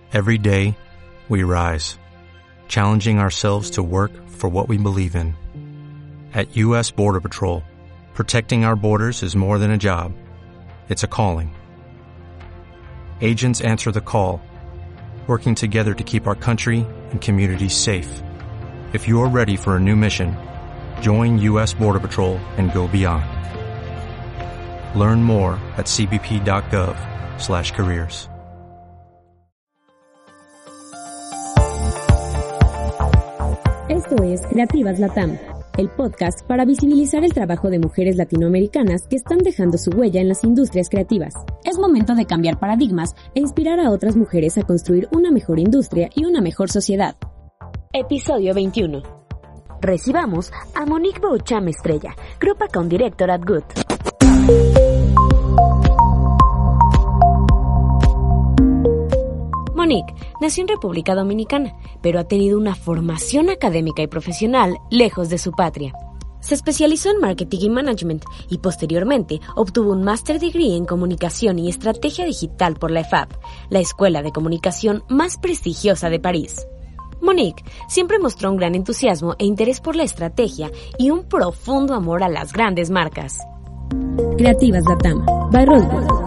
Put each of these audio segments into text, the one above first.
Every day, we rise, challenging ourselves to work for what we believe in. At U.S. Border Patrol, protecting our borders is more than a job. It's a calling. Agents answer the call, working together to keep our country and communities safe. If you're ready for a new mission, join U.S. Border Patrol and go beyond. Learn more at cbp.gov/careers. Esto es Creativas LATAM, el podcast para visibilizar el trabajo de mujeres latinoamericanas que están dejando su huella en las industrias creativas. Es momento de cambiar paradigmas e inspirar a otras mujeres a construir una mejor industria y una mejor sociedad. Episodio 21. Recibamos a Monique Beauchamp Estrella, Group Account Director at Good. Monique nació en República Dominicana, pero ha tenido una formación académica y profesional lejos de su patria. Se especializó en marketing y management y posteriormente obtuvo un Master Degree en Comunicación y Estrategia Digital por la EFAP, la escuela de comunicación más prestigiosa de París. Monique siempre mostró un gran entusiasmo e interés por la estrategia y un profundo amor a las grandes marcas. Creativas LATAM, by Rosewood.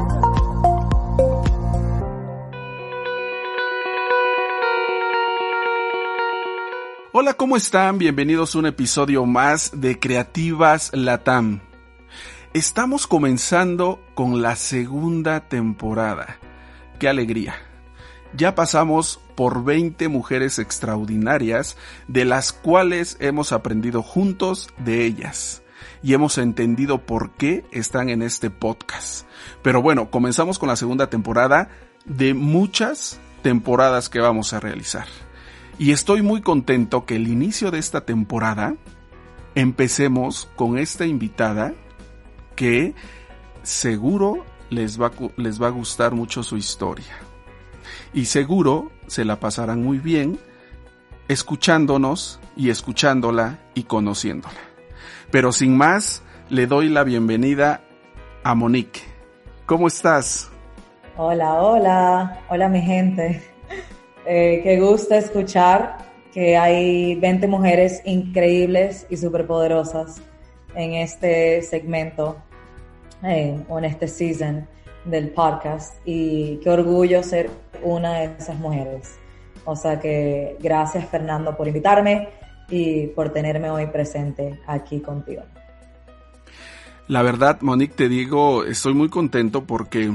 Hola, ¿cómo están? Bienvenidos a un episodio más de Creativas LATAM. Estamos comenzando con la segunda temporada. ¡Qué alegría! Ya pasamos por 20 mujeres extraordinarias, de las cuales hemos aprendido juntos de ellas. Y hemos entendido por qué están en este podcast. Pero bueno, comenzamos con la segunda temporada de muchas temporadas que vamos a realizar. Y estoy muy contento que el inicio de esta temporada empecemos con esta invitada que seguro les va a gustar mucho su historia. Y seguro se la pasarán muy bien escuchándonos y escuchándola y conociéndola. Pero sin más, le doy la bienvenida a Monique. ¿Cómo estás? Hola mi gente. Qué gusto escuchar que hay 20 mujeres increíbles y superpoderosas en este segmento o en este season del podcast, y qué orgullo ser una de esas mujeres. O sea que gracias, Fernando, por invitarme y por tenerme hoy presente aquí contigo. La verdad, Monique, te digo, estoy muy contento porque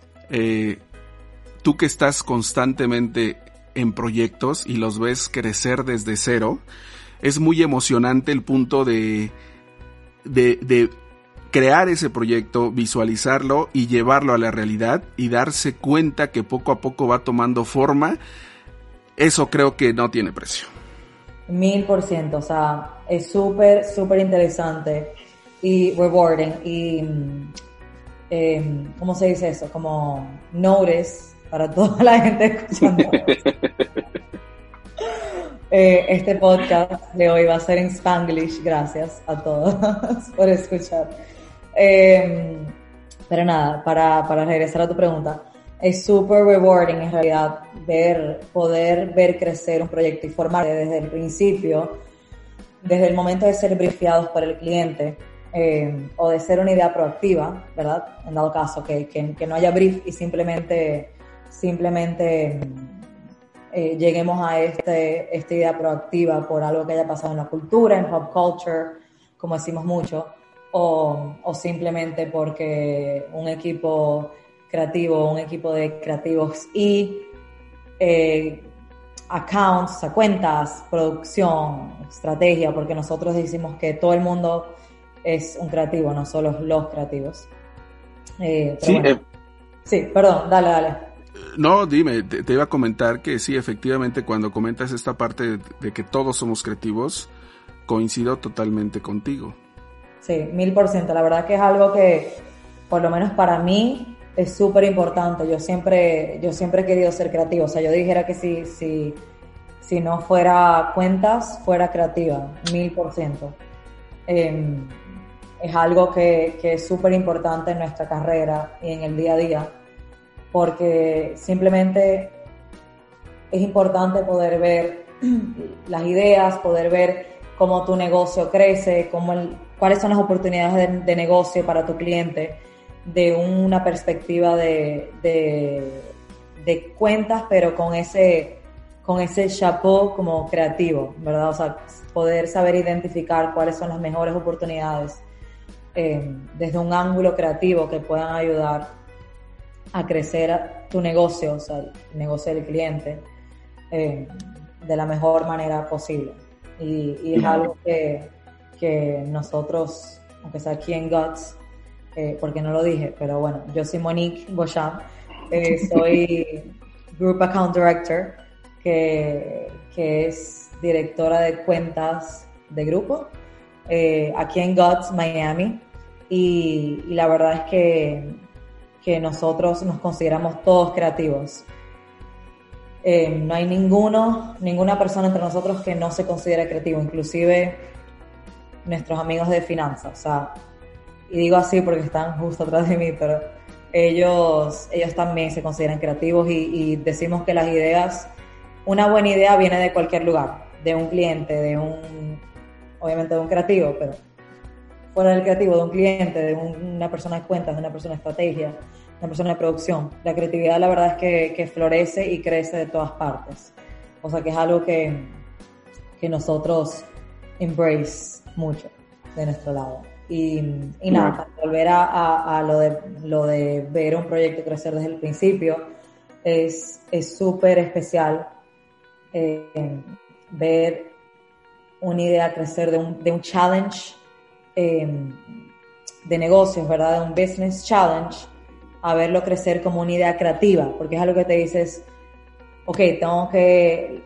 tú que estás constantemente en proyectos y los ves crecer desde cero, es muy emocionante el punto de crear ese proyecto, visualizarlo y llevarlo a la realidad y darse cuenta que poco a poco va tomando forma. Eso creo que no tiene precio. 1000%, o sea, es súper interesante y rewarding y ¿cómo se dice eso? Como notice para toda la gente escuchando. Este podcast de hoy va a ser en Spanglish. Gracias a todos por escuchar. Pero nada, para regresar a tu pregunta, es súper rewarding en realidad poder ver crecer un proyecto y formar desde el principio, desde el momento de ser briefiados por el cliente, o de ser una idea proactiva, ¿verdad? En dado caso que no haya brief y simplemente lleguemos a esta idea proactiva por algo que haya pasado en la cultura, en pop culture, como decimos mucho, o simplemente porque un equipo creativo, un equipo de creativos y accounts, o sea, cuentas, producción, estrategia, porque nosotros decimos que todo el mundo es un creativo, no solo los creativos. Sí, bueno. Sí, perdón, dale. No, dime, te iba a comentar que sí, efectivamente, cuando comentas esta parte de que todos somos creativos, coincido totalmente contigo. Sí, 1000%. La verdad que es algo que, por lo menos para mí, es súper importante. Yo siempre he querido ser creativo. O sea, yo dijera que si no fuera cuentas, fuera creativa, 1000%. Es algo que es súper importante en nuestra carrera y en el día a día, porque simplemente es importante poder ver las ideas, poder ver cómo tu negocio crece, cuáles son las oportunidades de negocio para tu cliente de una perspectiva de cuentas, pero con ese chapeau como creativo, ¿verdad? O sea, poder saber identificar cuáles son las mejores oportunidades desde un ángulo creativo que puedan ayudar a crecer tu negocio, o sea, el negocio del cliente, de la mejor manera posible. Y es algo que nosotros, aunque sea aquí en Guts, porque no lo dije, pero bueno, yo soy Monique Beauchamp, soy Group Account Director, que es directora de cuentas de grupo, aquí en Guts, Miami, y la verdad es que nosotros nos consideramos todos creativos. No hay ninguna persona entre nosotros que no se considere creativo, inclusive nuestros amigos de finanzas, o sea, y digo así porque están justo atrás de mí, pero ellos también se consideran creativos y decimos que las ideas, una buena idea viene de cualquier lugar, de un cliente, obviamente de un creativo, pero fuera del creativo, de un cliente, de una persona de cuentas, de una persona de estrategia, una persona de producción. La creatividad, la verdad es que florece y crece de todas partes. O sea que es algo que nosotros embrace mucho de nuestro lado. Y nada, volver a lo de ver un proyecto crecer desde el principio es súper especial. Ver una idea crecer de un challenge de negocios, ¿verdad? De un business challenge, a verlo crecer como una idea creativa, porque es algo que te dices, ok, tengo que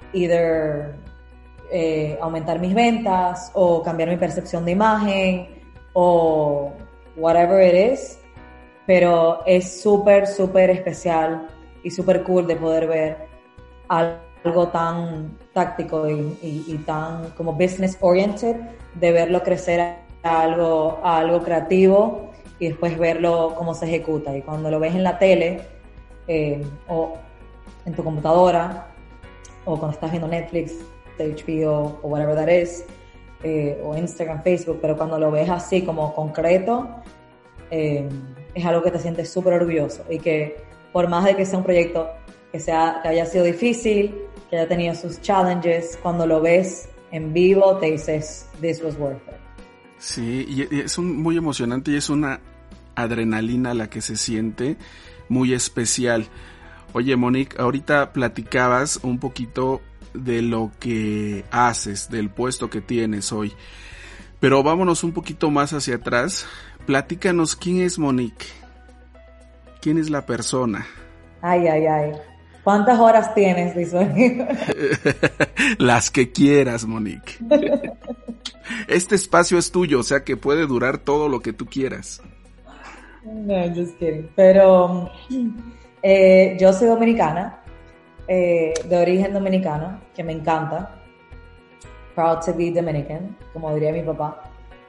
aumentar mis ventas o cambiar mi percepción de imagen o whatever it is, pero es súper, súper especial y súper cool de poder ver algo tan táctico y tan como business oriented, de verlo crecer a algo creativo y después verlo cómo se ejecuta. Y cuando lo ves en la tele o en tu computadora o cuando estás viendo Netflix, HBO o whatever that is, o Instagram, Facebook, pero cuando lo ves así como concreto, es algo que te sientes súper orgulloso y que por más de que sea un proyecto que haya sido difícil, que haya tenido sus challenges, cuando lo ves en vivo te dices, this was worth it. Sí, y es muy emocionante y es una adrenalina la que se siente muy especial. Oye, Monique, ahorita platicabas un poquito de lo que haces, del puesto que tienes hoy, pero vámonos un poquito más hacia atrás. Platícanos, ¿quién es Monique? ¿Quién es la persona? Ay. ¿Cuántas horas tienes, Visual? Las que quieras, Monique. Este espacio es tuyo, o sea que puede durar todo lo que tú quieras. No, just kidding. Pero yo soy dominicana, de origen dominicano, que me encanta. Proud to be Dominican, como diría mi papá.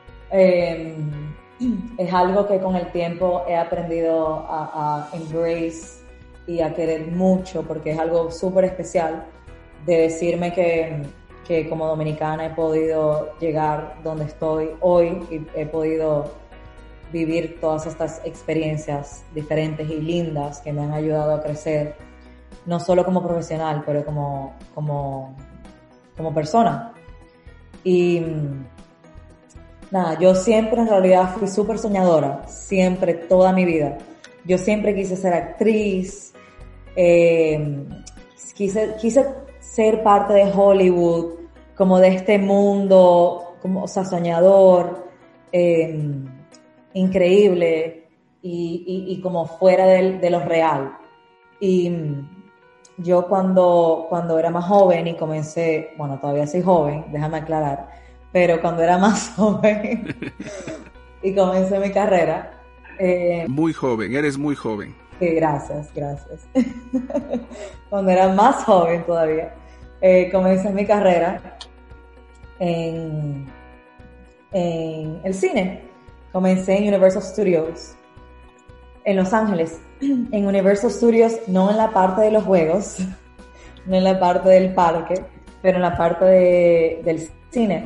Es algo que con el tiempo he aprendido a embrace y a querer mucho, porque es algo súper especial de decirme que como dominicana he podido llegar donde estoy hoy y he podido vivir todas estas experiencias diferentes y lindas que me han ayudado a crecer, no solo como profesional, pero como persona. Y nada, yo siempre en realidad fui súper soñadora, siempre, toda mi vida. Yo siempre quise ser actriz, quise ser parte de Hollywood, como de este mundo, como, o sea, soñador, increíble y como fuera de lo real. Y yo cuando era más joven y comencé, bueno, todavía soy joven, déjame aclarar, pero cuando era más joven y comencé mi carrera. Muy joven, eres muy joven. Sí, gracias. Cuando era más joven todavía, comencé mi carrera en el cine. Comencé en Universal Studios, en Los Ángeles. En Universal Studios, no en la parte de los juegos, no en la parte del parque, pero en la parte del cine.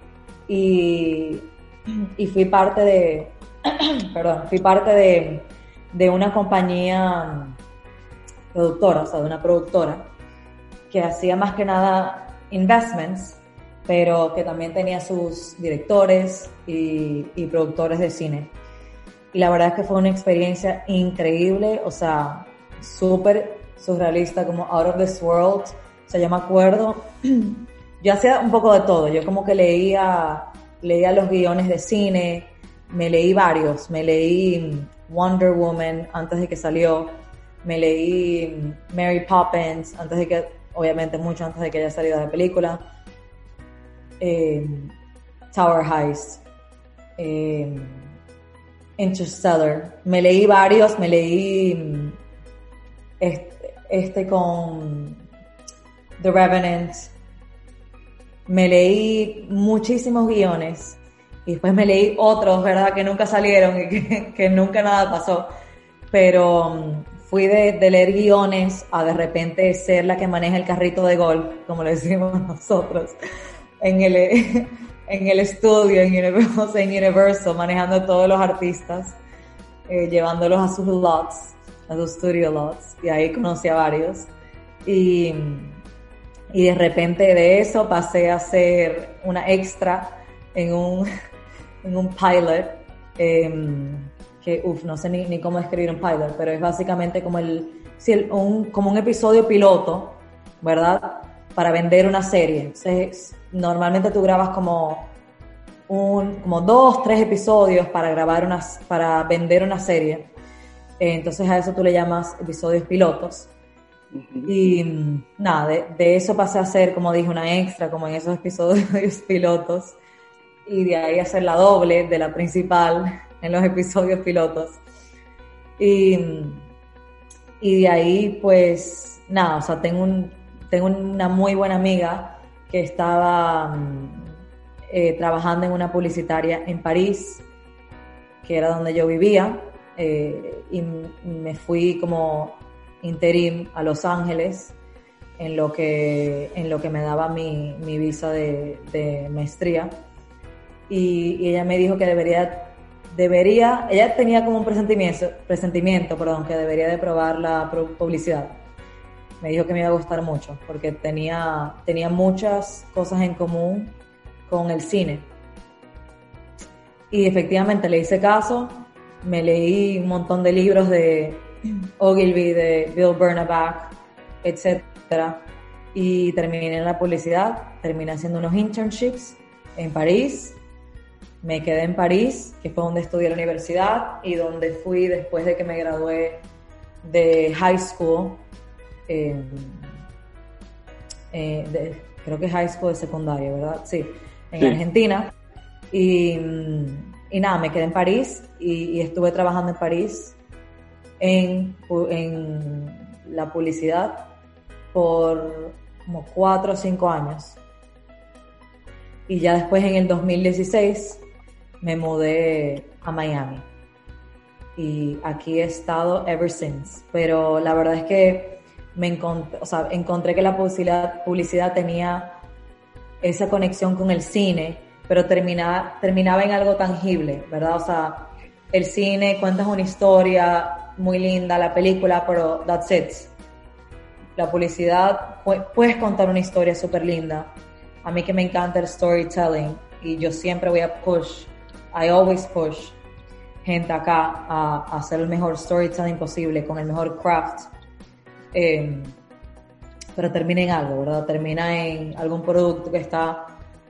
Y fui parte de, fui parte de una compañía productora, o sea, de una productora que hacía más que nada investments, pero que también tenía sus directores y productores de cine. Y la verdad es que fue una experiencia increíble, o sea, súper surrealista, como out of this world. O sea, yo me acuerdo, yo hacía un poco de todo, yo como que leía los guiones de cine, me leí varios, me leí Wonder Woman antes de que salió, me leí Mary Poppins antes de que, obviamente mucho antes de que haya salido la película, Tower Heist, Interstellar, me leí varios, me leí con The Revenant, me leí muchísimos guiones y después me leí otros, ¿verdad? Que nunca salieron y que nunca nada pasó, pero fui de leer guiones a de repente ser la que maneja el carrito de golf, como le decimos nosotros, en el estudio, en Universal, manejando a todos los artistas, llevándolos a sus lots, a sus studio lots, y ahí conocí a varios. Y de repente de eso pasé a ser una extra en un pilot, que no sé ni cómo escribir un pilot, pero es básicamente como como un episodio piloto, ¿verdad? Para vender una serie. Entonces, normalmente tú grabas como 2, 3 episodios para vender una serie. Entonces a eso tú le llamas episodios pilotos. Uh-huh. Y nada, de eso pasé a ser, como dije, una extra, como en esos episodios pilotos. Y de ahí a ser la doble de la principal en los episodios pilotos. Y de ahí, pues, nada, o sea, tengo una muy buena amiga que estaba trabajando en una publicitaria en París, que era donde yo vivía, y me fui como interim a Los Ángeles en lo que me daba mi visa de maestría, y ella me dijo que ella tenía como un presentimiento, que debería de probar la publicidad. Me dijo que me iba a gustar mucho porque tenía muchas cosas en común con el cine. Y efectivamente le hice caso, me leí un montón de libros de Ogilvy, de Bill Bernabach, etc. Y terminé en la publicidad, terminé haciendo unos internships en París. Me quedé en París, que fue donde estudié la universidad y donde fui después de que me gradué de high school. Creo que high school de secundaria, ¿verdad? Sí, en Argentina. Y nada, me quedé en París y estuve trabajando en París en la publicidad por como 4 o 5 años. Y ya después, en el 2016, me mudé a Miami. Y aquí he estado ever since. Pero la verdad es que encontré que la publicidad tenía esa conexión con el cine, pero terminaba en algo tangible, ¿verdad? O sea, el cine cuentas una historia muy linda, la película, pero that's it. La publicidad, puedes contar una historia súper linda. A mí que me encanta el storytelling y yo siempre voy a I always push gente acá a hacer el mejor storytelling posible, con el mejor craft. Pero termina en algo, ¿verdad? Termina en algún producto que está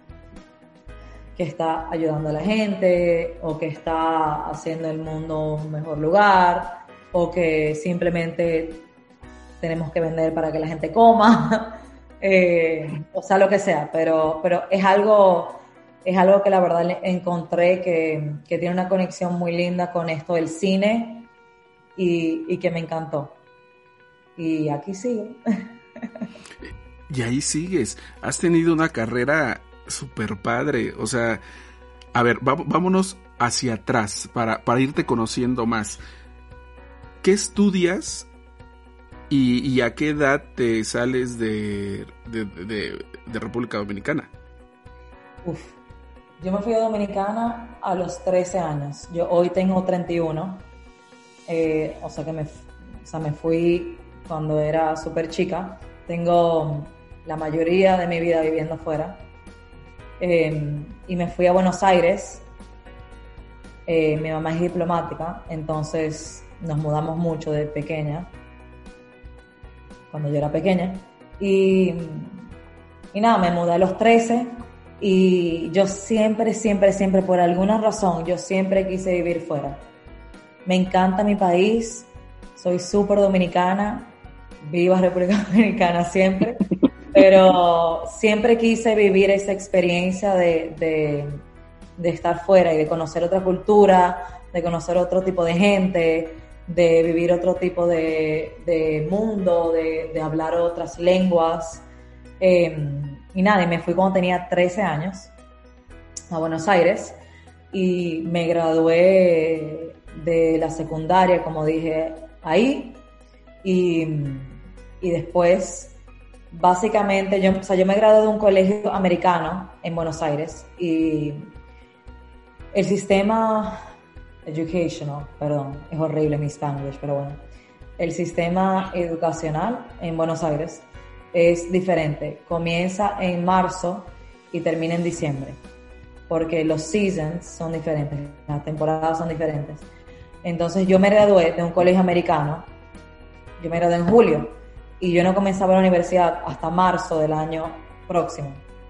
ayudando a la gente, o que está haciendo el mundo un mejor lugar, o que simplemente tenemos que vender para que la gente coma, o sea, lo que sea, pero es algo que la verdad encontré que tiene una conexión muy linda con esto del cine y que me encantó. Y aquí sigo. Y ahí sigues. Has tenido una carrera súper padre. O sea, a ver, vámonos hacia atrás para irte conociendo más. ¿Qué estudias ¿Y a qué edad te sales de República Dominicana? Yo me fui a Dominicana a los 13 años. Yo hoy tengo 31. O sea que me fui cuando era súper chica. Tengo la mayoría de mi vida viviendo fuera. Y me fui a Buenos Aires. Mi mamá es diplomática, entonces nos mudamos mucho de pequeña, cuando yo era pequeña. Y nada, me mudé a los 13 y yo siempre, por alguna razón, yo siempre quise vivir fuera. Me encanta mi país, soy súper dominicana, viva República Dominicana siempre, pero siempre quise vivir esa experiencia de estar fuera y de conocer otra cultura, de conocer otro tipo de gente, de vivir otro tipo de mundo, de hablar otras lenguas. Y nada, y me fui cuando tenía 13 años a Buenos Aires y me gradué de la secundaria, como dije, ahí. Y después, básicamente, yo me gradué de un colegio americano en Buenos Aires y el sistema educational, perdón, es horrible mi Spanglish, pero bueno, el sistema educacional en Buenos Aires es diferente. Comienza en marzo y termina en diciembre, porque los seasons son diferentes, las temporadas son diferentes. Entonces yo me gradué de un colegio americano, yo me gradué en julio y yo no comenzaba la universidad hasta marzo del año próximo.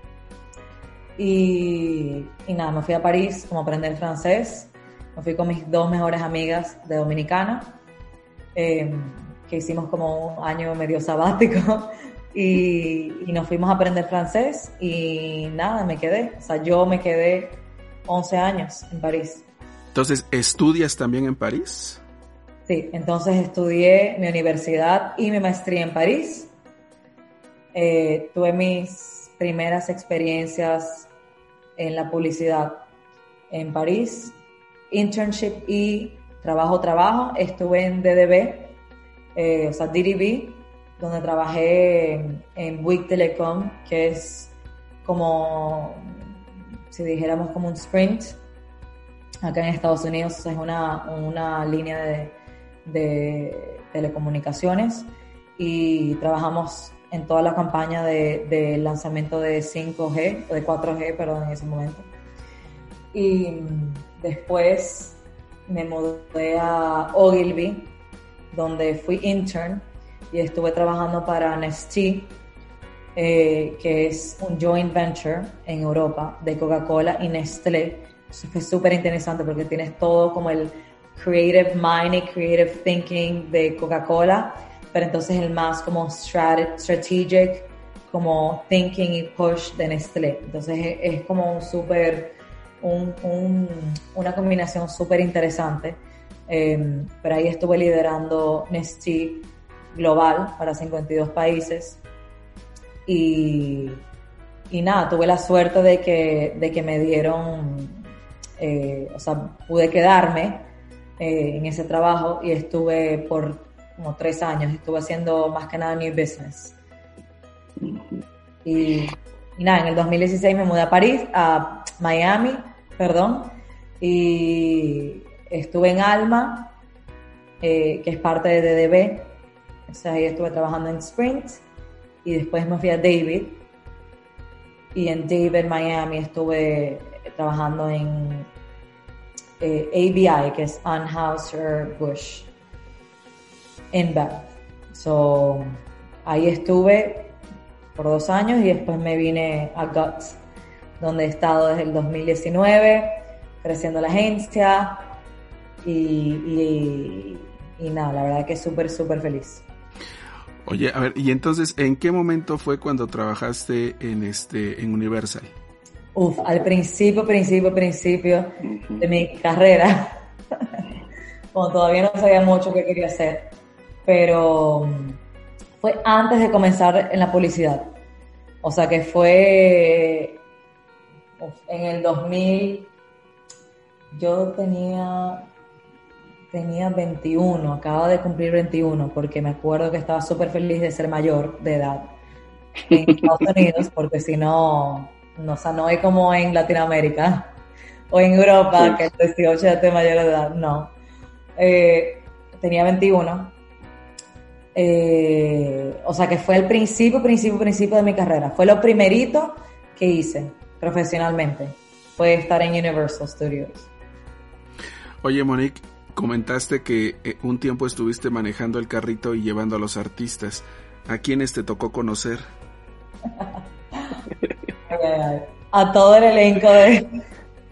Y nada, me fui a París como a aprender francés. Me fui con mis 2 mejores amigas de Dominicana, que hicimos como un año medio sabático y nos fuimos a aprender francés y nada, me quedé. O sea, yo me quedé 11 años en París. Entonces, ¿estudias también en París? Sí, entonces estudié mi universidad y mi maestría en París. Tuve mis primeras experiencias en la publicidad en París, internship y trabajo. Estuve en DDB, o sea, DDB, donde trabajé en Bouygues Telecom, que es como, si dijéramos como un Sprint, acá en Estados Unidos. O sea, es una línea de telecomunicaciones y trabajamos en toda la campaña de lanzamiento de 5G, o de 4G, perdón, en ese momento. Y después me mudé a Ogilvy, donde fui intern y estuve trabajando para Nestlé, que es un joint venture en Europa de Coca-Cola y Nestlé. Eso fue súper interesante porque tienes todo como el creative mind y creative thinking de Coca-Cola, pero entonces el más como strategic, como thinking y push de Nestlé. Entonces es como una combinación súper interesante. Pero ahí estuve liderando Nestlé global para 52 países y nada, tuve la suerte de que me dieron, o sea, pude quedarme en ese trabajo y estuve por como 3 años, estuve haciendo más que nada new business. Y nada, en el 2016 me mudé a Miami, y estuve en Alma, que es parte de DDB. O sea, ahí estuve trabajando en Sprint y después me fui a David. Y en David, Miami, estuve trabajando en ABI, que es Anheuser-Busch InBev. So, ahí estuve por 2 años y después me vine a Guts, donde he estado desde el 2019, creciendo la agencia y nada, la verdad que súper feliz. Oye, a ver, y entonces, ¿en qué momento fue cuando trabajaste en Universal? Al principio de mi carrera, cuando todavía no sabía mucho qué quería hacer, pero fue antes de comenzar en la publicidad. O sea que fue en el 2000, yo tenía tenía 21, acaba de cumplir 21, porque me acuerdo que estaba súper feliz de ser mayor de edad en Estados Unidos, porque si no, o sea, no es como en Latinoamérica o en Europa, sí, que el 18 ya esté mayor de edad, no. Tenía 21. O sea que fue el principio de mi carrera. Fue lo primerito que hice profesionalmente. Fue estar en Universal Studios. Oye, Monique, comentaste que un tiempo estuviste manejando el carrito y llevando a los artistas. ¿A quiénes te tocó conocer? A todo el elenco de...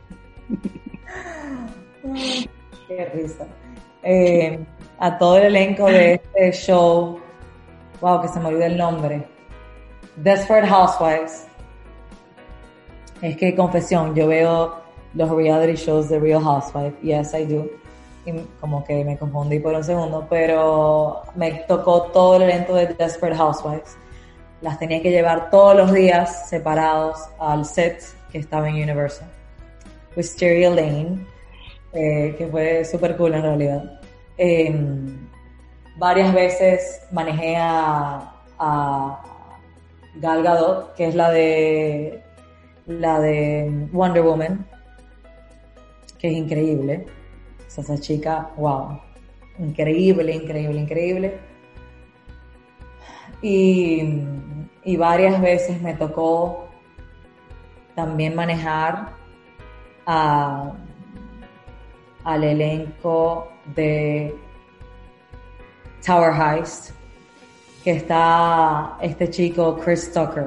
Qué risa. A todo el elenco de este show, wow, que se me olvidó el nombre, Desperate Housewives. Es que, confesión, yo veo los reality shows de Real Housewives, yes I do, y como que me confundí por un segundo, pero me tocó todo el elenco de Desperate Housewives. Las tenía que llevar todos los días separados al set que estaba en Universal. Wisteria Lane, que fue súper cool en realidad. Varias veces manejé a Gal Gadot, que es la de Wonder Woman, que es increíble. O sea, esa chica, wow, increíble. Y varias veces me tocó también manejar al elenco de Tower Heist, que está este chico Chris Tucker.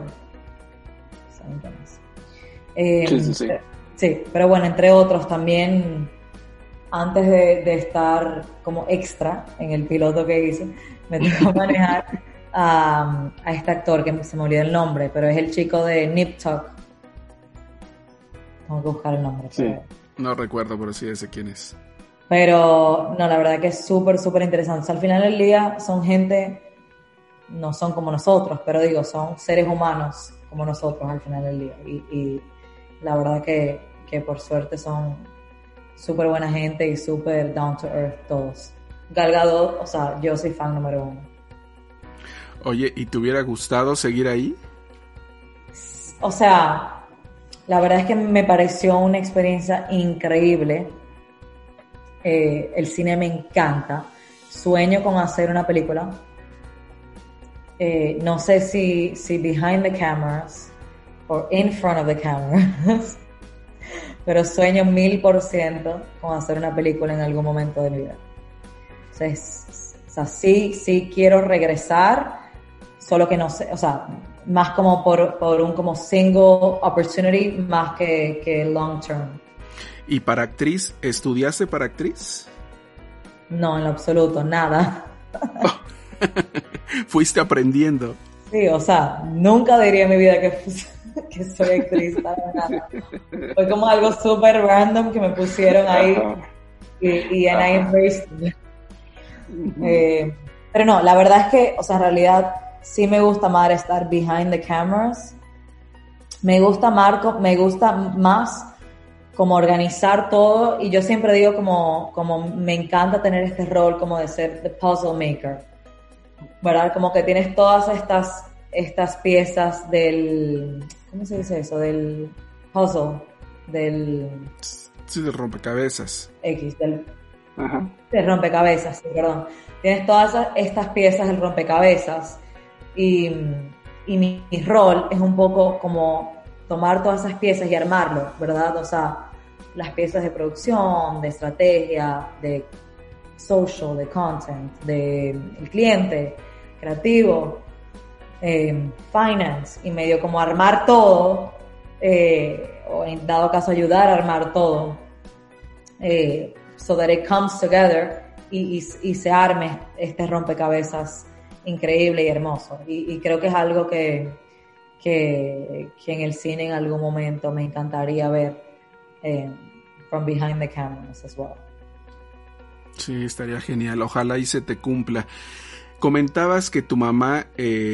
Sí, pero bueno, entre otros también, antes de estar como extra en el piloto que hice, me tocó manejar a este actor que se me olvidó el nombre, pero es el chico de Nip Tuck. Tengo que buscar el nombre. Sí. No recuerdo, pero sí sé quién es. Pero no, la verdad que es súper interesante. O sea, al final del día son gente, no son como nosotros, pero digo, son seres humanos como nosotros al final del día. Y la verdad que por suerte son súper buena gente y súper down to earth todos. Gal Gadot, o sea, yo soy fan número 1. Oye, ¿y te hubiera gustado seguir ahí? O sea, la verdad es que me pareció una experiencia increíble. El cine me encanta. Sueño con hacer una película. No sé si behind the cameras o in front of the cameras, pero sueño 1000% con hacer una película en algún momento de mi vida. Entonces, o sea, sí quiero regresar, solo que no sé, o sea, más como por un como single opportunity más que long term. ¿Y para actriz? ¿Estudiaste para actriz? No, en lo absoluto, nada. Fuiste aprendiendo. Sí, o sea, nunca diría en mi vida que soy actriz, nada. Fue como algo súper random que me pusieron ahí y I embraced it. Pero no, la verdad es que, o sea, en realidad sí me gusta más estar behind the cameras. Me gusta más como organizar todo, y yo siempre digo como me encanta tener este rol como de ser the puzzle maker, ¿verdad? Como que tienes todas estas piezas del, ¿cómo se dice eso? Del puzzle, Sí, del rompecabezas. Del rompecabezas, sí, perdón. Tienes todas estas piezas del rompecabezas y mi rol es un poco como tomar todas esas piezas y armarlo, ¿verdad? O sea, las piezas de producción, de estrategia, de social, de content, de el cliente, creativo, finance, y medio como armar todo, o en dado caso ayudar a armar todo, so that it comes together y se arme este rompecabezas increíble y hermoso. Y creo que es algo que en el cine en algún momento me encantaría ver from behind the cameras as well. Sí, estaría genial. Ojalá y se te cumpla. Comentabas que tu mamá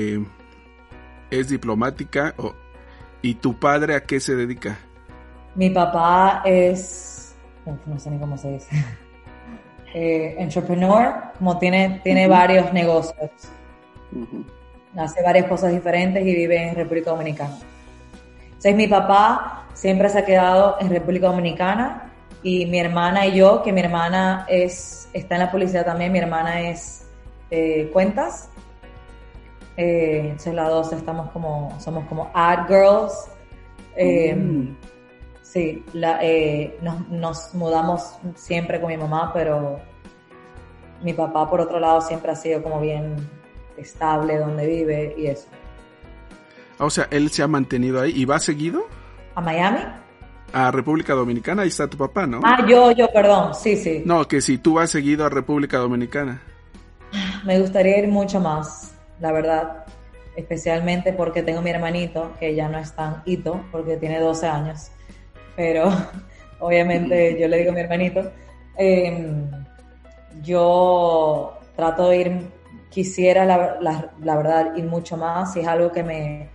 es diplomática y tu padre ¿a qué se dedica? Mi papá es... no sé ni cómo se dice. entrepreneur, como tiene varios negocios. Hace varias cosas diferentes y vive en República Dominicana. Entonces mi papá siempre se ha quedado en República Dominicana y mi hermana y yo, que mi hermana está en la policía también, mi hermana es cuentas. Entonces las dos somos como ad girls. Sí, nos mudamos siempre con mi mamá, pero mi papá por otro lado siempre ha sido como bien estable donde vive y eso. O sea, él se ha mantenido ahí y va seguido ¿A Miami? a República Dominicana. Ahí está tu papá, ¿no? Yo, perdón, sí. No, que si tú vas seguido a República Dominicana. Me gustaría ir mucho más, la verdad, especialmente porque tengo mi hermanito, que ya no es tan hito, porque tiene 12 años, pero obviamente yo le digo a mi hermanito, yo trato de ir, quisiera la verdad ir mucho más, y es algo que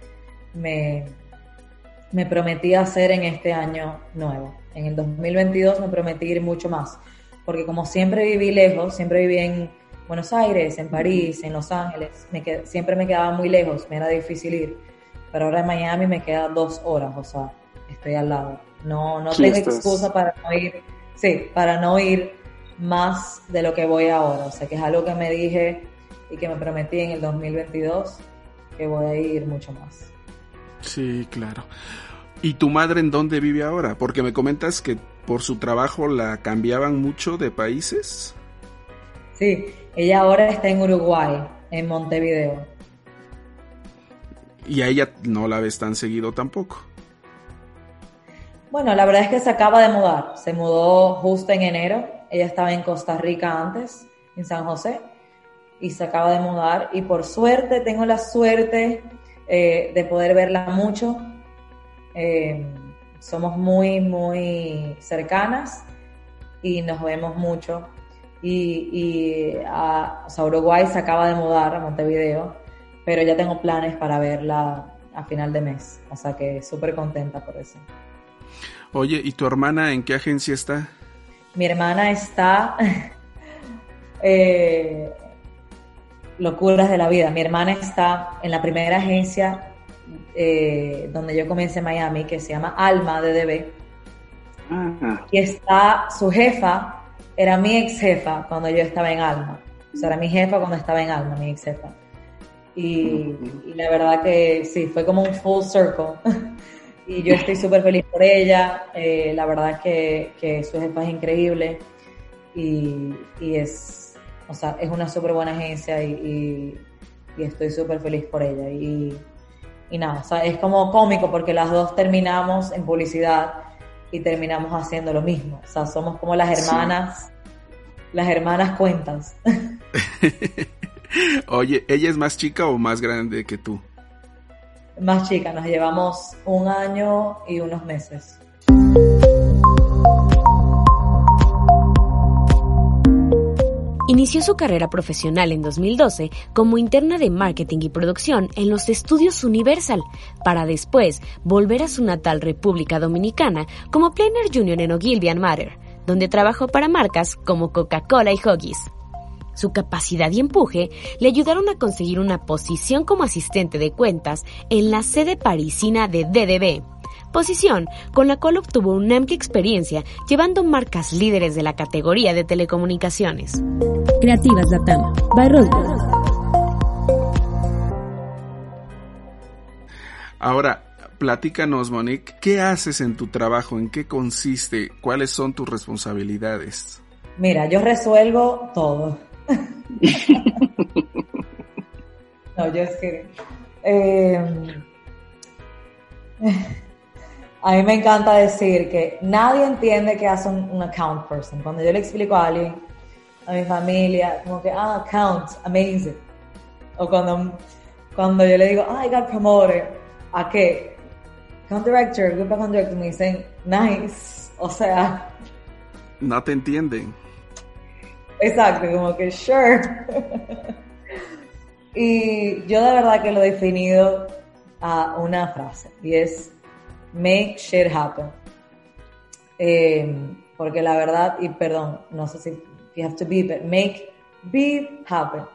me prometí hacer en este año nuevo. En el 2022 me prometí ir mucho más, porque como siempre viví lejos, siempre viví en Buenos Aires, en París, en Los Ángeles, siempre me quedaba muy lejos, me era difícil ir, pero ahora en Miami me queda 2 horas, o sea, estoy al lado. No tengo excusa para no ir más de lo que voy ahora, o sea, que es algo que me dije y que me prometí en el 2022, que voy a ir mucho más. Sí, claro. ¿Y tu madre en dónde vive ahora? Porque me comentas que por su trabajo la cambiaban mucho de países. Sí, ella ahora está en Uruguay, en Montevideo. Y a ella no la ves tan seguido tampoco. Bueno, la verdad es que se acaba de mudar. Se mudó justo en enero. Ella estaba en Costa Rica antes, en San José, y se acaba de mudar. Y por suerte, tengo la suerte de poder verla mucho. Somos muy, muy cercanas y nos vemos mucho. O sea, Uruguay se acaba de mudar a Montevideo, pero ya tengo planes para verla a final de mes, o sea que súper contenta por eso. Oye, ¿y tu hermana en qué agencia está? Mi hermana está locuras de la vida. Mi hermana está en la primera agencia donde yo comencé en Miami, que se llama Alma DDB. Y está su jefa, era mi ex jefa cuando yo estaba en Alma. O sea, era mi jefa cuando estaba en Alma, mi ex jefa. Y la verdad que sí, fue como un full circle. Y yo estoy súper feliz por ella. La verdad que su jefa es increíble. Y es una súper buena agencia y estoy súper feliz por ella. Y nada, o sea, es como cómico porque las dos terminamos en publicidad y terminamos haciendo lo mismo. O sea, somos como las hermanas cuentas. Oye, ¿ella es más chica o más grande que tú? Más chica, nos llevamos 1 año y unos meses. Inició su carrera profesional en 2012 como interna de marketing y producción en los estudios Universal, para después volver a su natal República Dominicana como planner junior en Ogilvy & Mather, donde trabajó para marcas como Coca-Cola y Huggies. Su capacidad y empuje le ayudaron a conseguir una posición como asistente de cuentas en la sede parisina de DDB, posición con la cual obtuvo una amplia experiencia llevando marcas líderes de la categoría de telecomunicaciones. Creativas Latam, by Rodrigo. Ahora, platícanos, Monique, ¿qué haces en tu trabajo? ¿En qué consiste? ¿Cuáles son tus responsabilidades? Mira, yo resuelvo todo. No, yo es que a mí me encanta decir que nadie entiende qué hace un account person. Cuando yo le explico a alguien, a mi familia, como que, account, amazing. O cuando yo le digo, I got promoted, ¿a qué? Account director, group account director, me dicen, nice. O sea, no te entienden. Exacto, como que sure. Y yo de verdad que lo he definido a una frase, y es make shit happen. Porque la verdad, y perdón, no sé si if you have to beep it, make beep happen.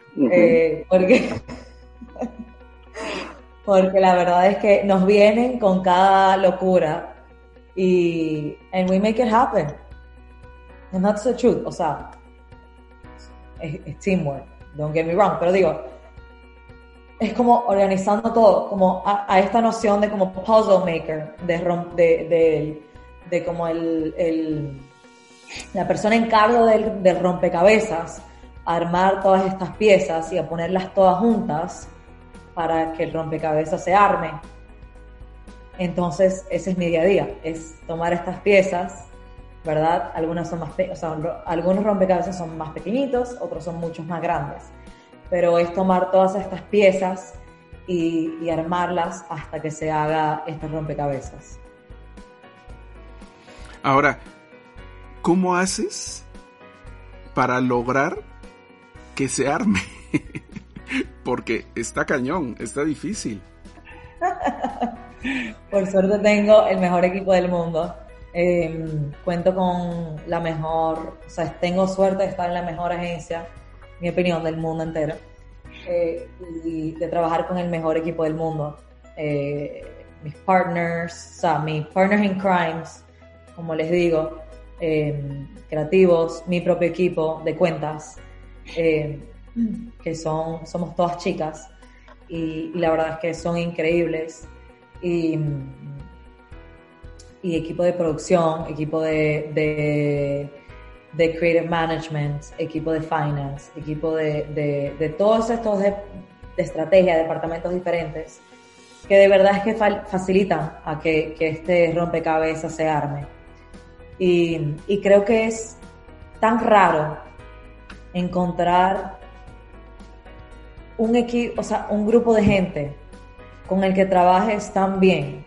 Porque la verdad es que nos vienen con cada locura and we make it happen. And that's the truth. O sea, es teamwork, don't get me wrong, pero digo, es como organizando todo, como a esta noción de como puzzle maker, de como la persona en cargo del rompecabezas, a armar todas estas piezas y a ponerlas todas juntas para que el rompecabezas se arme. Entonces, ese es mi día a día, es tomar estas piezas, ¿verdad? Algunas son algunos rompecabezas son más pequeñitos, otros son muchos más grandes. Pero es tomar todas estas piezas y armarlas hasta que se haga este rompecabezas. Ahora, ¿cómo haces para lograr que se arme? Porque está cañón, está difícil. Por suerte tengo el mejor equipo del mundo. Cuento con la mejor, tengo suerte de estar en la mejor agencia, mi opinión, del mundo entero, y de trabajar con el mejor equipo del mundo. Mis partners, mi partners in crimes, como les digo, creativos, mi propio equipo de cuentas, que somos todas chicas, y la verdad es que son increíbles, y equipo de producción, equipo de creative management, equipo de finance, equipo de todos estos de estrategia, departamentos diferentes, que de verdad es que facilitan a que este rompecabezas se arme. Y creo que es tan raro encontrar un equipo, un grupo de gente con el que trabajes tan bien,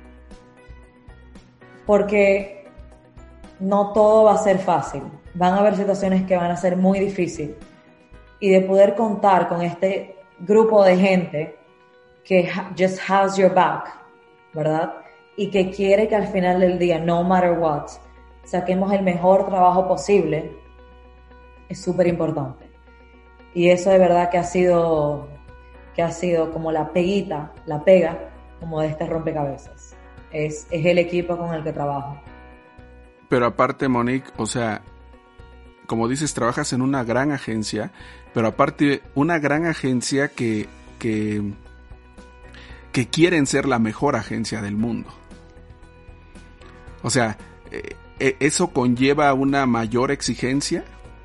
porque no todo va a ser fácil, van a haber situaciones que van a ser muy difíciles, y de poder contar con este grupo de gente que just has your back, ¿verdad? Y que quiere que al final del día, no matter what, saquemos el mejor trabajo posible, es súper importante. Y eso de verdad que ha sido como la pega como de este rompecabezas. Es el equipo con el que trabajo. Pero aparte, Monique, como dices, trabajas en una gran agencia, pero aparte una gran agencia que quieren ser la mejor agencia del mundo. ¿Eso conlleva una mayor exigencia?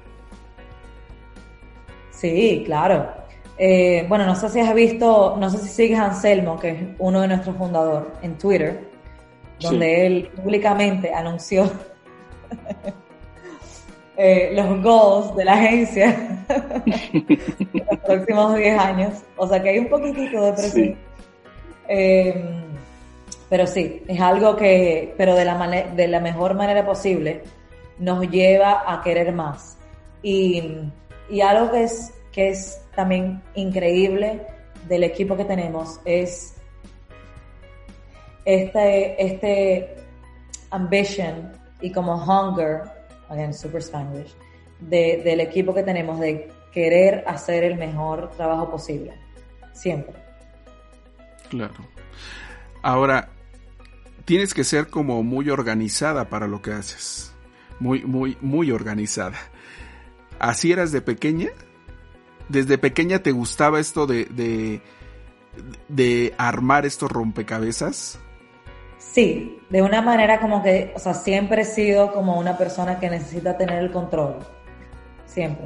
Sí, claro. Bueno, no sé si has visto, no sé si sigues a Anselmo, que es uno de nuestros fundadores, en Twitter, donde sí, él públicamente anunció los goals de la agencia en los próximos 10 años. O sea que hay un poquitito de presión. Sí. Pero sí, es algo que, pero de la mejor manera posible, nos lleva a querer más. Y algo que es también increíble del equipo que tenemos es este ambition y como hunger, again, super Spanglish, del equipo que tenemos de querer hacer el mejor trabajo posible, siempre. Claro. Ahora, tienes que ser como muy organizada para lo que haces, muy organizada. ¿Así eras de pequeña? ¿Desde pequeña te gustaba esto de armar estos rompecabezas? Sí, de una manera como que, siempre he sido como una persona que necesita tener el control, siempre.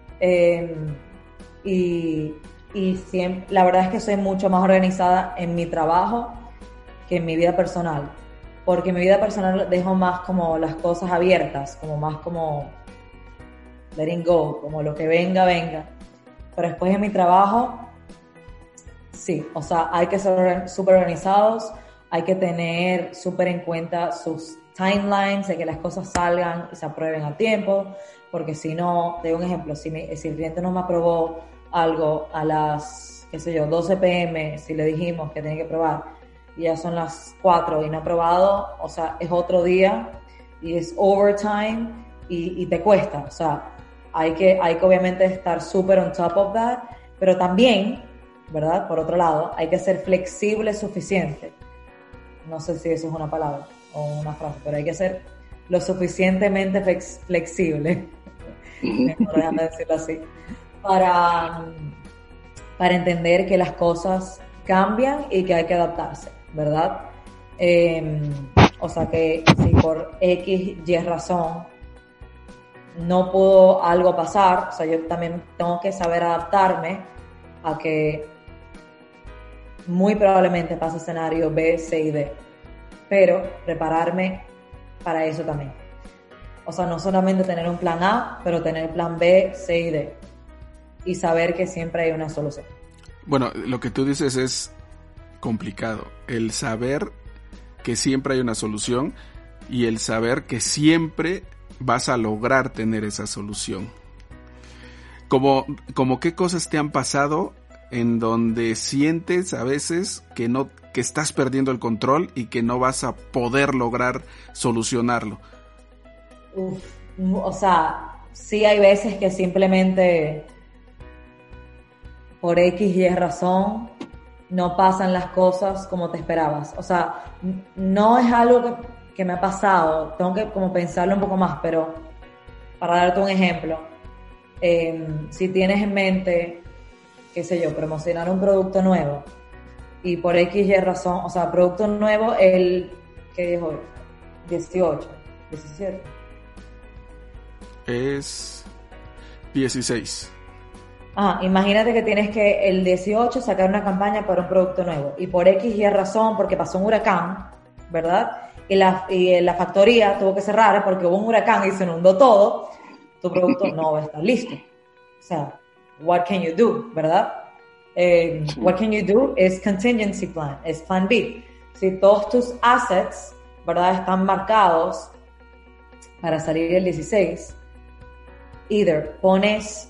Y siempre, la verdad es que soy mucho más organizada en mi trabajo que en mi vida personal, porque en mi vida personal dejo más como las cosas abiertas, como más como letting go, como lo que venga, pero después en mi trabajo, sí, hay que ser súper organizados, hay que tener súper en cuenta sus timelines, de que las cosas salgan y se aprueben a tiempo, porque si no, te doy un ejemplo, si el cliente no me aprobó algo a las, 12 p.m., si le dijimos que tiene que probar, y ya son las 4 y no ha aprobado, es otro día, y es overtime, y te cuesta. O sea, hay que obviamente estar súper on top of that, pero también, ¿verdad? Por otro lado, hay que ser flexible suficiente. No sé si eso es una palabra o una frase, pero hay que ser lo suficientemente flexible, mejor déjame decirlo así, para entender que las cosas cambian y que hay que adaptarse, ¿verdad? O sea que si por X, Y razón no pudo algo pasar, o sea, yo también tengo que saber adaptarme a que muy probablemente pase escenario B, C y D, pero prepararme para eso también. O sea, no solamente tener un plan A, pero tener plan B, C y D, y saber que siempre hay una solución. Bueno, lo que tú dices es complicado, el saber que siempre hay una solución y el saber que siempre vas a lograr tener esa solución. Como qué cosas te han pasado en donde sientes a veces que estás perdiendo el control y que no vas a poder lograr solucionarlo. O sea, sí hay veces que simplemente por X y razón no pasan las cosas como te esperabas. O sea, no es algo que me ha pasado, tengo que como pensarlo un poco más, pero para darte un ejemplo, si tienes en mente, qué sé yo, promocionar un producto nuevo y por X y razón, o sea, producto nuevo, ¿qué dijo? 18, 17. Es 16. Imagínate que tienes que el 18 sacar una campaña para un producto nuevo y por X y razón, porque pasó un huracán, ¿verdad? Y la factoría tuvo que cerrar porque hubo un huracán y se inundó todo, tu producto no va a estar listo. O sea, what can you do, ¿verdad? What can you do es contingency plan, es plan B. Si todos tus assets, ¿verdad?, están marcados para salir el 16, either pones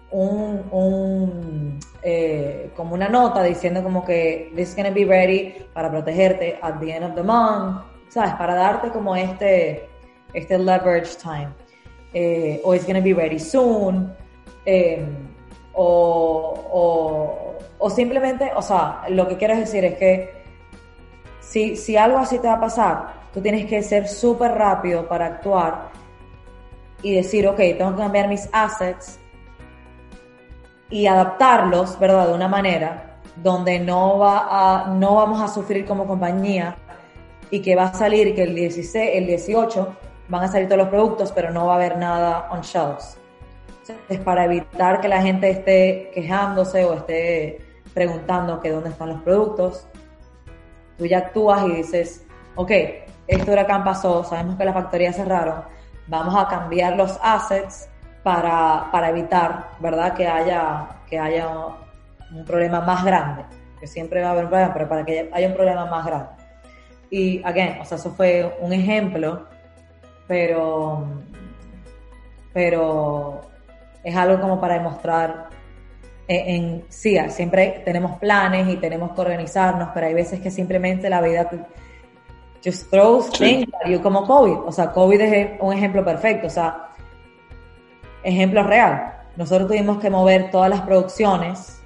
como una nota diciendo como que this is gonna be ready para protegerte at the end of the month, ¿sabes? Para darte como este leverage time, o it's gonna be ready soon, o simplemente, o sea, lo que quiero decir es que si algo así te va a pasar, tú tienes que ser súper rápido para actuar y decir, ok, tengo que cambiar mis assets y adaptarlos, ¿verdad?, de una manera donde no vamos a sufrir como compañía y que va a salir que el 18 van a salir todos los productos, pero no va a haber nada on shelves. Es para evitar que la gente esté quejándose o esté preguntando que dónde están los productos. Tú ya actúas y dices, ok, este huracán pasó, sabemos que las factorías cerraron, vamos a cambiar los assets para evitar, ¿verdad?, que haya un problema más grande, que siempre va a haber un problema, pero para que haya un problema más grande. Y, again, o sea, eso fue un ejemplo, pero es algo como para demostrar sí, siempre tenemos planes y tenemos que organizarnos, pero hay veces que simplemente la vida just throws things at you, como COVID. O sea, COVID es un ejemplo perfecto, o sea, ejemplo real. Nosotros tuvimos que mover todas las producciones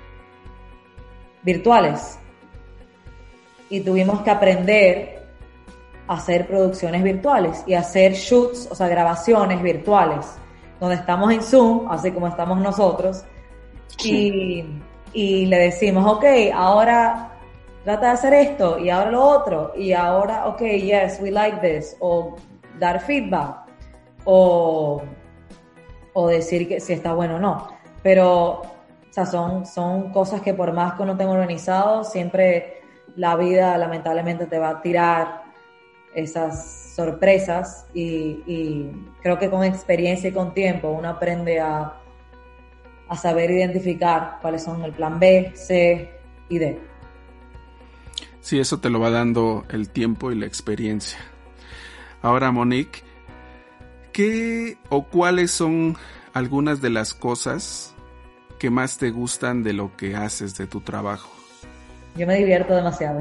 virtuales y tuvimos que aprender a hacer producciones virtuales y hacer shoots, o sea, grabaciones virtuales, donde estamos en Zoom, así como estamos nosotros, y le decimos, ok, ahora trata de hacer esto, y ahora lo otro, y ahora, ok, yes, we like this, o dar feedback, o decir que si está bueno o no. Pero, o sea, son cosas que por más que uno tenga organizado, siempre la vida lamentablemente te va a tirar esas sorpresas y creo que con experiencia y con tiempo uno aprende a saber identificar cuáles son el plan B, C y D. Sí, eso te lo va dando el tiempo y la experiencia. Ahora, Monique, ¿qué o cuáles son algunas de las cosas que más te gustan de lo que haces, de tu trabajo? Yo me divierto demasiado.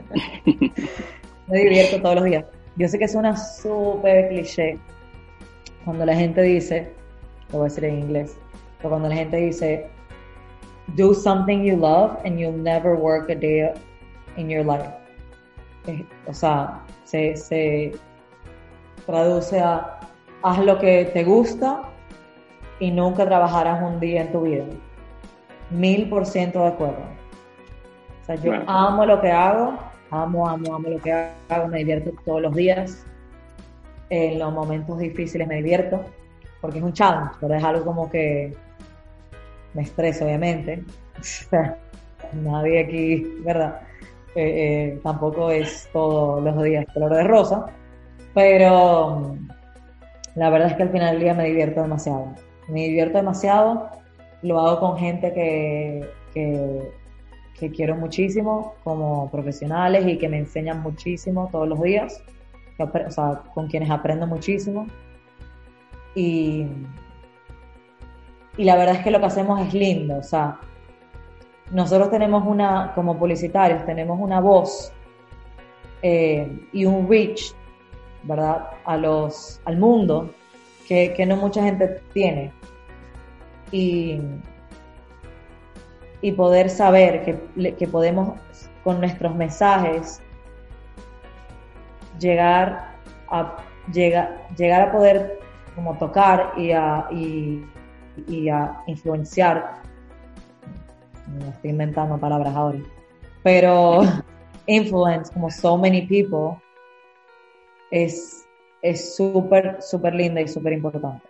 Me divierto todos los días. Yo sé que suena súper cliché, cuando la gente dice, lo voy a decir en inglés, pero cuando la gente dice, do something you love and you'll never work a day in your life. O sea, se traduce a haz lo que te gusta y nunca trabajarás un día en tu vida. 1000% de acuerdo. O sea, yo amo lo que hago, amo lo que hago, me divierto todos los días. En los momentos difíciles me divierto, porque es un challenge, pero es algo como que me estresa, obviamente. O sea, nadie aquí, ¿verdad? Tampoco es todos los días color de rosa, pero la verdad es que al final del día me divierto demasiado. Me divierto demasiado, lo hago con gente que quiero muchísimo como profesionales y que me enseñan muchísimo todos los días, o sea, con quienes aprendo muchísimo. Y la verdad es que lo que hacemos es lindo, o sea, nosotros tenemos como publicitarios, tenemos una voz y un reach, ¿verdad? Al mundo que no mucha gente tiene. Y poder saber que podemos con nuestros mensajes llegar a poder como tocar y a influenciar. No estoy inventando palabras ahora, pero influence como so many people es súper, súper linda y súper importante.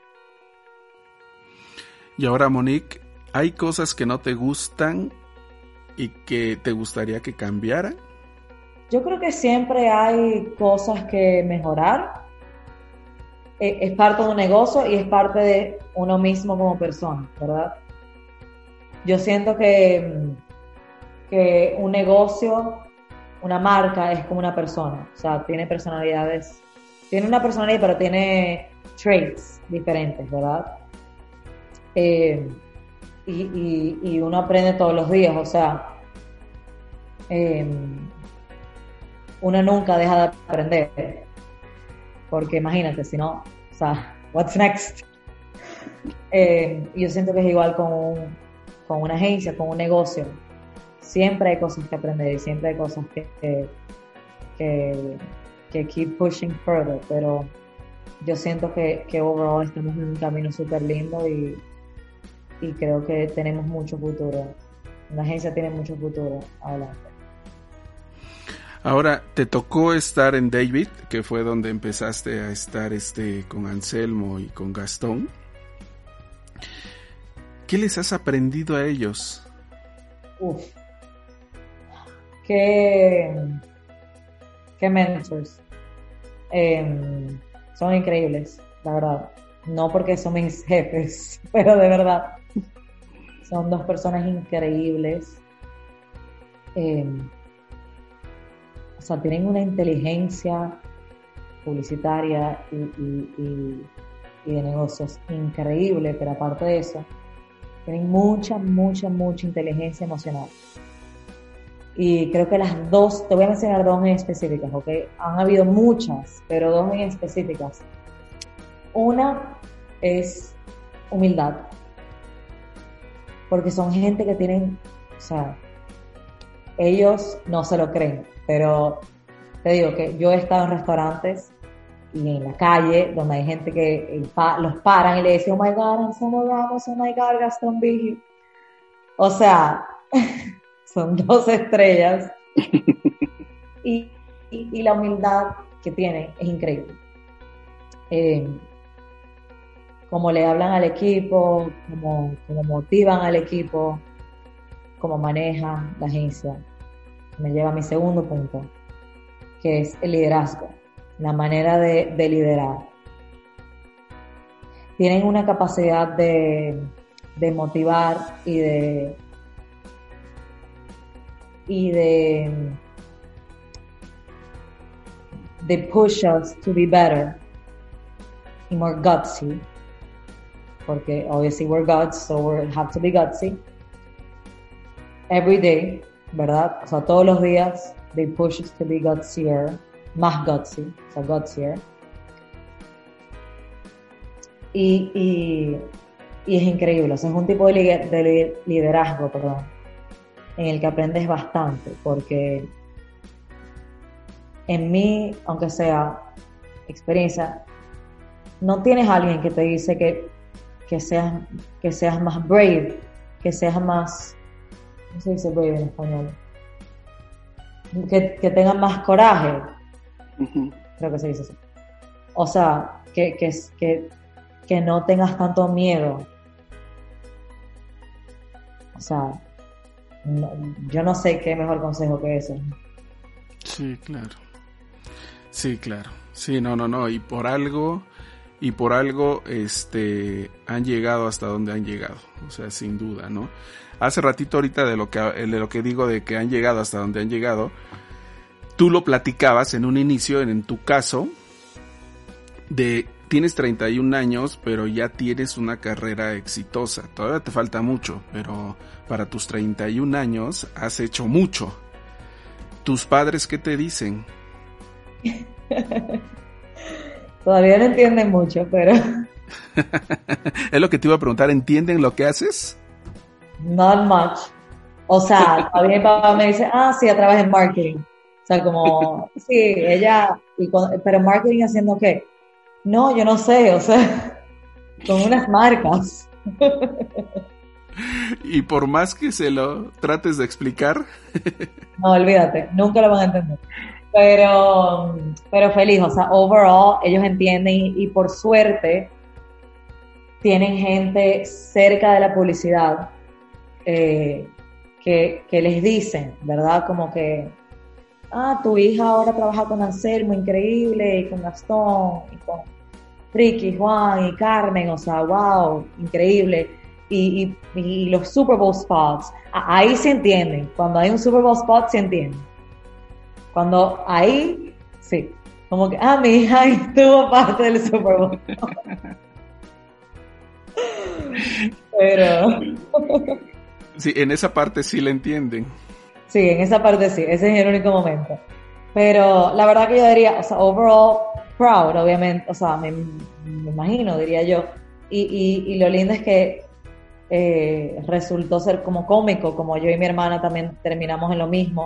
Y ahora, Monique, ¿hay cosas que no te gustan y que te gustaría que cambiaran? Yo creo que siempre hay cosas que mejorar. Es parte de un negocio y es parte de uno mismo como persona, ¿verdad? Yo siento que un negocio, una marca es como una persona, o sea, tiene personalidades, tiene una personalidad pero tiene traits diferentes, ¿verdad? Y uno aprende todos los días, o sea, uno nunca deja de aprender, porque imagínate, si no, o sea, what's next? Yo siento que es igual con una agencia, con un negocio. Siempre hay cosas que aprender y siempre hay cosas que keep pushing further, pero yo siento que overall estamos en un camino súper lindo y creo que tenemos mucho futuro. La agencia tiene mucho futuro adelante. Ahora, te tocó estar en David, que fue donde empezaste a estar con Anselmo y con Gastón. ¿Qué les has aprendido a ellos? Qué mentors. Son increíbles, la verdad. No porque son mis jefes, pero de verdad. Son dos personas increíbles. O sea, tienen una inteligencia publicitaria y de negocios increíble, pero aparte de eso, tienen mucha inteligencia emocional. Y creo que las dos, te voy a mencionar dos en específicas, ¿ok? Han habido muchas, pero dos en específicas. Una es humildad, porque son gente que tienen, o sea, ellos no se lo creen, pero te digo que yo he estado en restaurantes y en la calle donde hay gente que los paran y le dicen, oh my God, Anselmo Ramos, oh my God, Gastón Vigil. O sea, son 2 estrellas y la humildad que tienen es increíble. Como le hablan al equipo, como motivan al equipo, como manejan la agencia. Me lleva a mi segundo punto, que es el liderazgo, la manera de liderar. Tienen una capacidad de motivar y de push us to be better y more gutsy, porque obviously we're guts, so we have to be gutsy every day, ¿verdad? O sea, todos los días they push us to be gutsier, más gutsy, o sea, gutsier. y es increíble. O sea, es un tipo de liderazgo, perdón, en el que aprendes bastante, porque en mi, aunque sea experiencia, no tienes a alguien que te dice que seas más brave, que seas más, ¿cómo se dice brave en español? Que tengas más coraje. Ujú. Creo que se dice así. O sea, que no tengas tanto miedo. O sea, yo no sé qué mejor consejo que ese. Sí, claro. Sí, claro. Sí, no. Y por algo, han llegado hasta donde han llegado. O sea, sin duda, ¿no? Hace ratito ahorita de lo que digo de que han llegado hasta donde han llegado, tú lo platicabas en un inicio, en tu caso, de tienes 31 años, pero ya tienes una carrera exitosa. Todavía te falta mucho, pero para tus 31 años has hecho mucho. ¿Tus padres qué te dicen? Todavía no entienden mucho, pero Es lo que te iba a preguntar, ¿entienden lo que haces? not much. O sea, todavía mi papá me dice, sí, ella trabaja en marketing. O sea, como, sí, ella, pero marketing haciendo qué? No, yo no sé, o sea, con unas marcas. Y por más que se lo trates de explicar, No, olvídate, nunca lo van a entender. Pero feliz, o sea, overall, ellos entienden y por suerte tienen gente cerca de la publicidad que les dicen, ¿verdad? Como que, tu hija ahora trabaja con Anselmo, increíble, y con Gastón, y con Ricky, Juan y Carmen, o sea, wow, increíble. Y los Super Bowl spots, ahí se entienden. Cuando hay un Super Bowl spot, se entiende. Cuando ahí, sí, como que, mi hija estuvo parte del Super Bowl. Pero sí, en esa parte sí la entienden. sí, en esa parte sí, ese es el único momento. Pero la verdad que yo diría, o sea, overall proud, obviamente, o sea, me imagino, diría yo. Y lo lindo es que resultó ser como cómico, como yo y mi hermana también terminamos en lo mismo.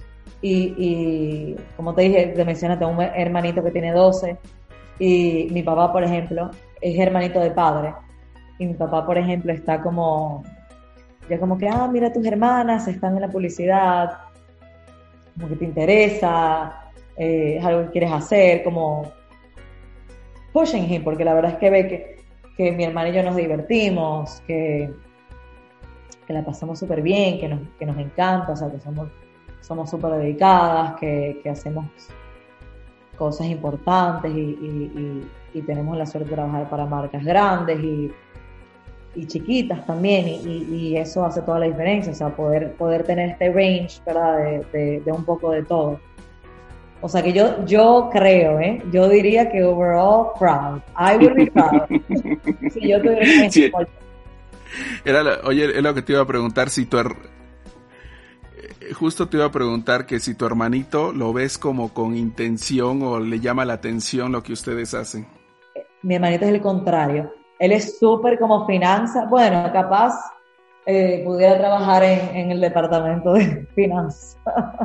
Y como te dije, te mencioné, tengo un hermanito que tiene 12 y mi papá, por ejemplo, es hermanito de padre. Y mi papá, por ejemplo, está como, ya como que, mira, tus hermanas están en la publicidad, como que te interesa, es algo que quieres hacer, como pushing him, porque la verdad es que ve que mi hermana y yo nos divertimos, que la pasamos súper bien, que nos encanta, o sea, que somos súper dedicadas, que hacemos cosas importantes y tenemos la suerte de trabajar para marcas grandes y chiquitas también, y eso hace toda la diferencia, o sea, poder tener este range, ¿verdad? De un poco de todo. O sea que yo creo, yo diría que overall proud. I would be proud. Si yo tuviera que sí. Oye, es lo que te iba a preguntar, justo te iba a preguntar que si tu hermanito lo ves como con intención o le llama la atención lo que ustedes hacen. Mi hermanito es el contrario. Él es súper como finanzas. Bueno, capaz pudiera trabajar en el departamento de finanzas.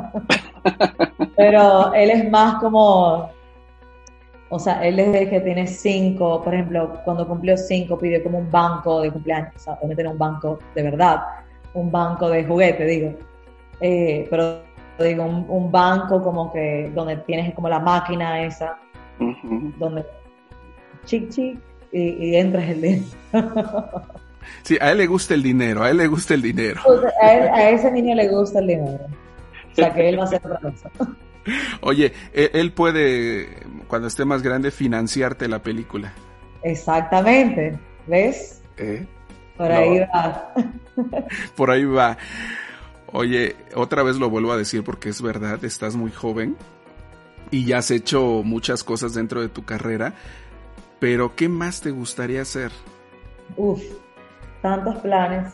Pero él es más como, o sea, él desde que tiene 5, por ejemplo, cuando cumplió 5 pidió como un banco de cumpleaños, o sea, obviamente no un banco de verdad, un banco de juguete, digo. Pero digo, un banco como que donde tienes como la máquina esa, Uh-huh. donde chic y entras el dinero. Sí, a él le gusta el dinero, Pues a ese niño le gusta el dinero, o sea que él va a hacer otra cosa. Oye, él puede, cuando esté más grande, financiarte la película. Exactamente, ¿ves? Por ahí va. Por ahí va. Oye, otra vez lo vuelvo a decir porque es verdad, estás muy joven y ya has hecho muchas cosas dentro de tu carrera, pero ¿qué más te gustaría hacer? Tantos planes.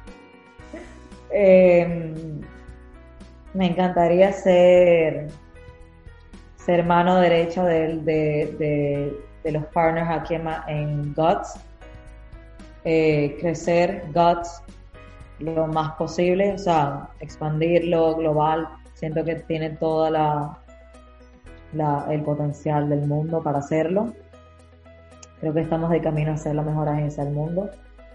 Me encantaría ser mano derecha de de los partners aquí en Guts, crecer Guts lo más posible, o sea, expandirlo global. Siento que tiene toda el potencial del mundo para hacerlo. Creo que estamos de camino a ser la mejor agencia del mundo.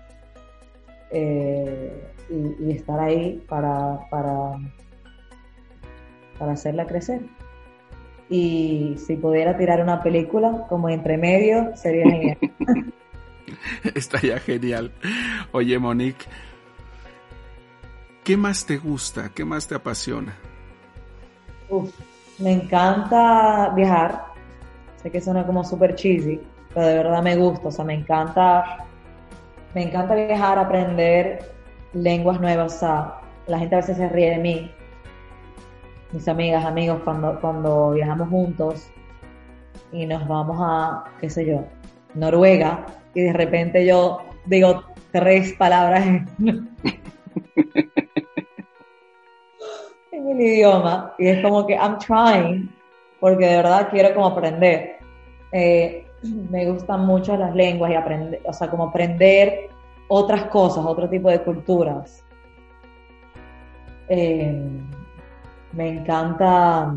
Y estar ahí para hacerla crecer. Y si pudiera tirar una película como entre medio, sería genial. Estaría genial. Oye, Monique, ¿qué más te gusta? ¿Qué más te apasiona? Me encanta viajar. Sé que suena como súper cheesy, pero de verdad me gusta. O sea, me encanta viajar, aprender lenguas nuevas. O sea, la gente a veces se ríe de mí. Mis amigas, amigos, cuando viajamos juntos y nos vamos a, qué sé yo, Noruega, y de repente yo digo 3 palabras en el idioma, y es como que I'm trying, porque de verdad quiero como aprender. Me gustan mucho las lenguas y aprender, o sea, como aprender otras cosas, otro tipo de culturas. Me encanta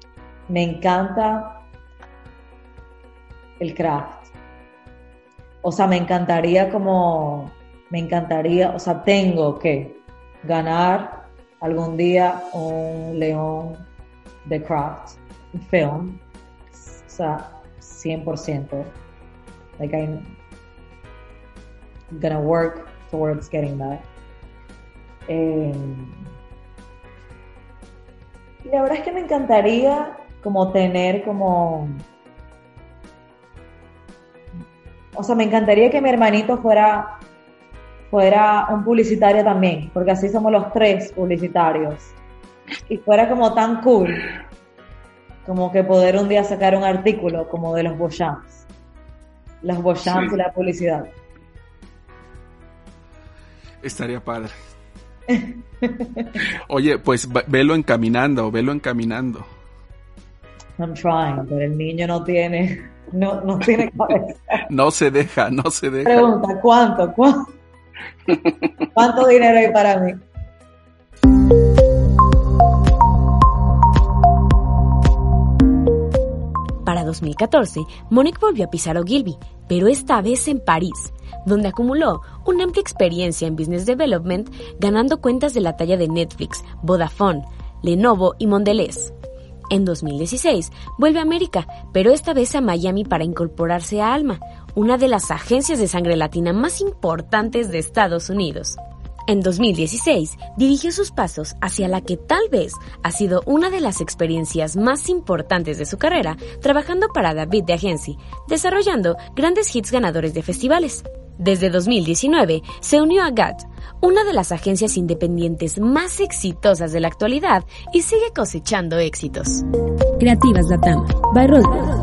el craft. O sea, me encantaría, o sea, tengo que ganar algún día un León de Craft Film. O sea, 100%. Like, I'm gonna work towards getting that. Y la verdad es que me encantaría como tener como... O sea, me encantaría que mi hermanito fuera un publicitario también, porque así somos los 3 publicitarios. Y fuera como tan cool, como que poder un día sacar un artículo como de los Beauchamps. Los Beauchamps y la publicidad. Estaría padre. Oye, pues velo encaminando. I'm trying, pero el niño no tiene cabeza. No se deja. Pregunta, ¿cuánto dinero hay para mí? Para 2014, Monique volvió a pisar Ogilvy, pero esta vez en París, donde acumuló una amplia experiencia en Business Development, ganando cuentas de la talla de Netflix, Vodafone, Lenovo y Mondelez. En 2016, vuelve a América, pero esta vez a Miami para incorporarse a Alma, una de las agencias de sangre latina más importantes de Estados Unidos. En 2016, dirigió sus pasos hacia la que tal vez ha sido una de las experiencias más importantes de su carrera, trabajando para David de Agency, desarrollando grandes hits ganadores de festivales. Desde 2019, se unió a GAT, una de las agencias independientes más exitosas de la actualidad, y sigue cosechando éxitos. Creativas Latam, by Rodríguez.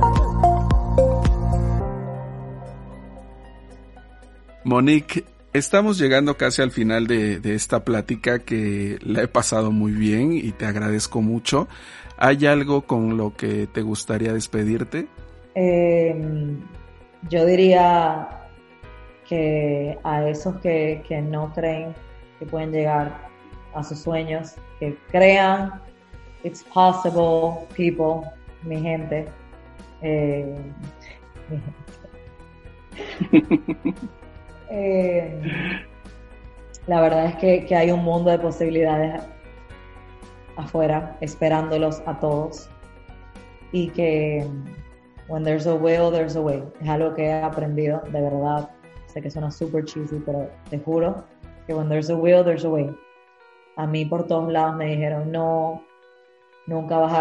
Monique, estamos llegando casi al final de esta plática, que la he pasado muy bien y te agradezco mucho. ¿Hay algo con lo que te gustaría despedirte? Yo diría que a esos que no creen que pueden llegar a sus sueños, que crean, it's possible, people, mi gente. La verdad es que hay un mundo de posibilidades afuera esperándolos a todos, y que when there's a will, there's a way. Es algo que he aprendido, de verdad. Sé que suena super cheesy, pero te juro que when there's a will, there's a way. A mí por todos lados me dijeron, no, nunca vas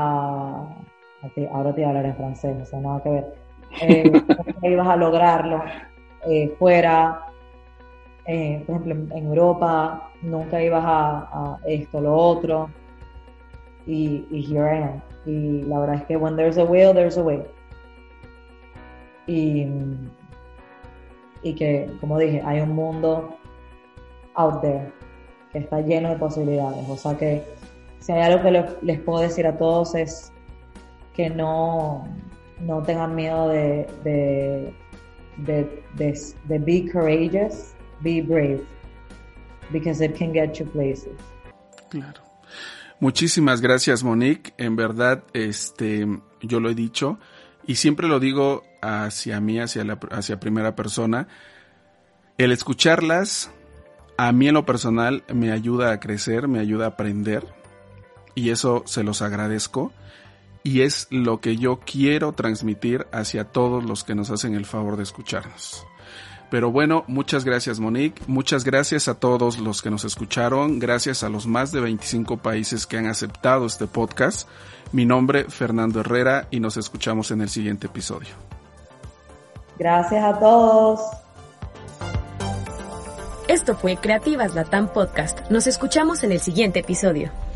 ahora te voy a hablar en francés, o sea, nada que ver. Nunca ibas a lograrlo fuera, por ejemplo, en Europa, nunca ibas a esto, lo otro, y here I am. Y la verdad es que when there's a will, there's a way. Y que, como dije, hay un mundo out there que está lleno de posibilidades. O sea que si hay algo que les puedo decir a todos es que no no tengan miedo de be courageous, be brave, because it can get you places. Claro. Muchísimas gracias, Monique. En verdad, yo lo he dicho y siempre lo digo hacia mí, hacia primera persona. El escucharlas, a mí en lo personal, me ayuda a crecer, me ayuda a aprender y eso se los agradezco. Y es lo que yo quiero transmitir hacia todos los que nos hacen el favor de escucharnos. Pero bueno, muchas gracias, Monique. Muchas gracias a todos los que nos escucharon. Gracias a los más de 25 países que han aceptado este podcast. Mi nombre, Fernando Herrera, y nos escuchamos en el siguiente episodio. Gracias a todos. Esto fue Creativas Latam Podcast. Nos escuchamos en el siguiente episodio.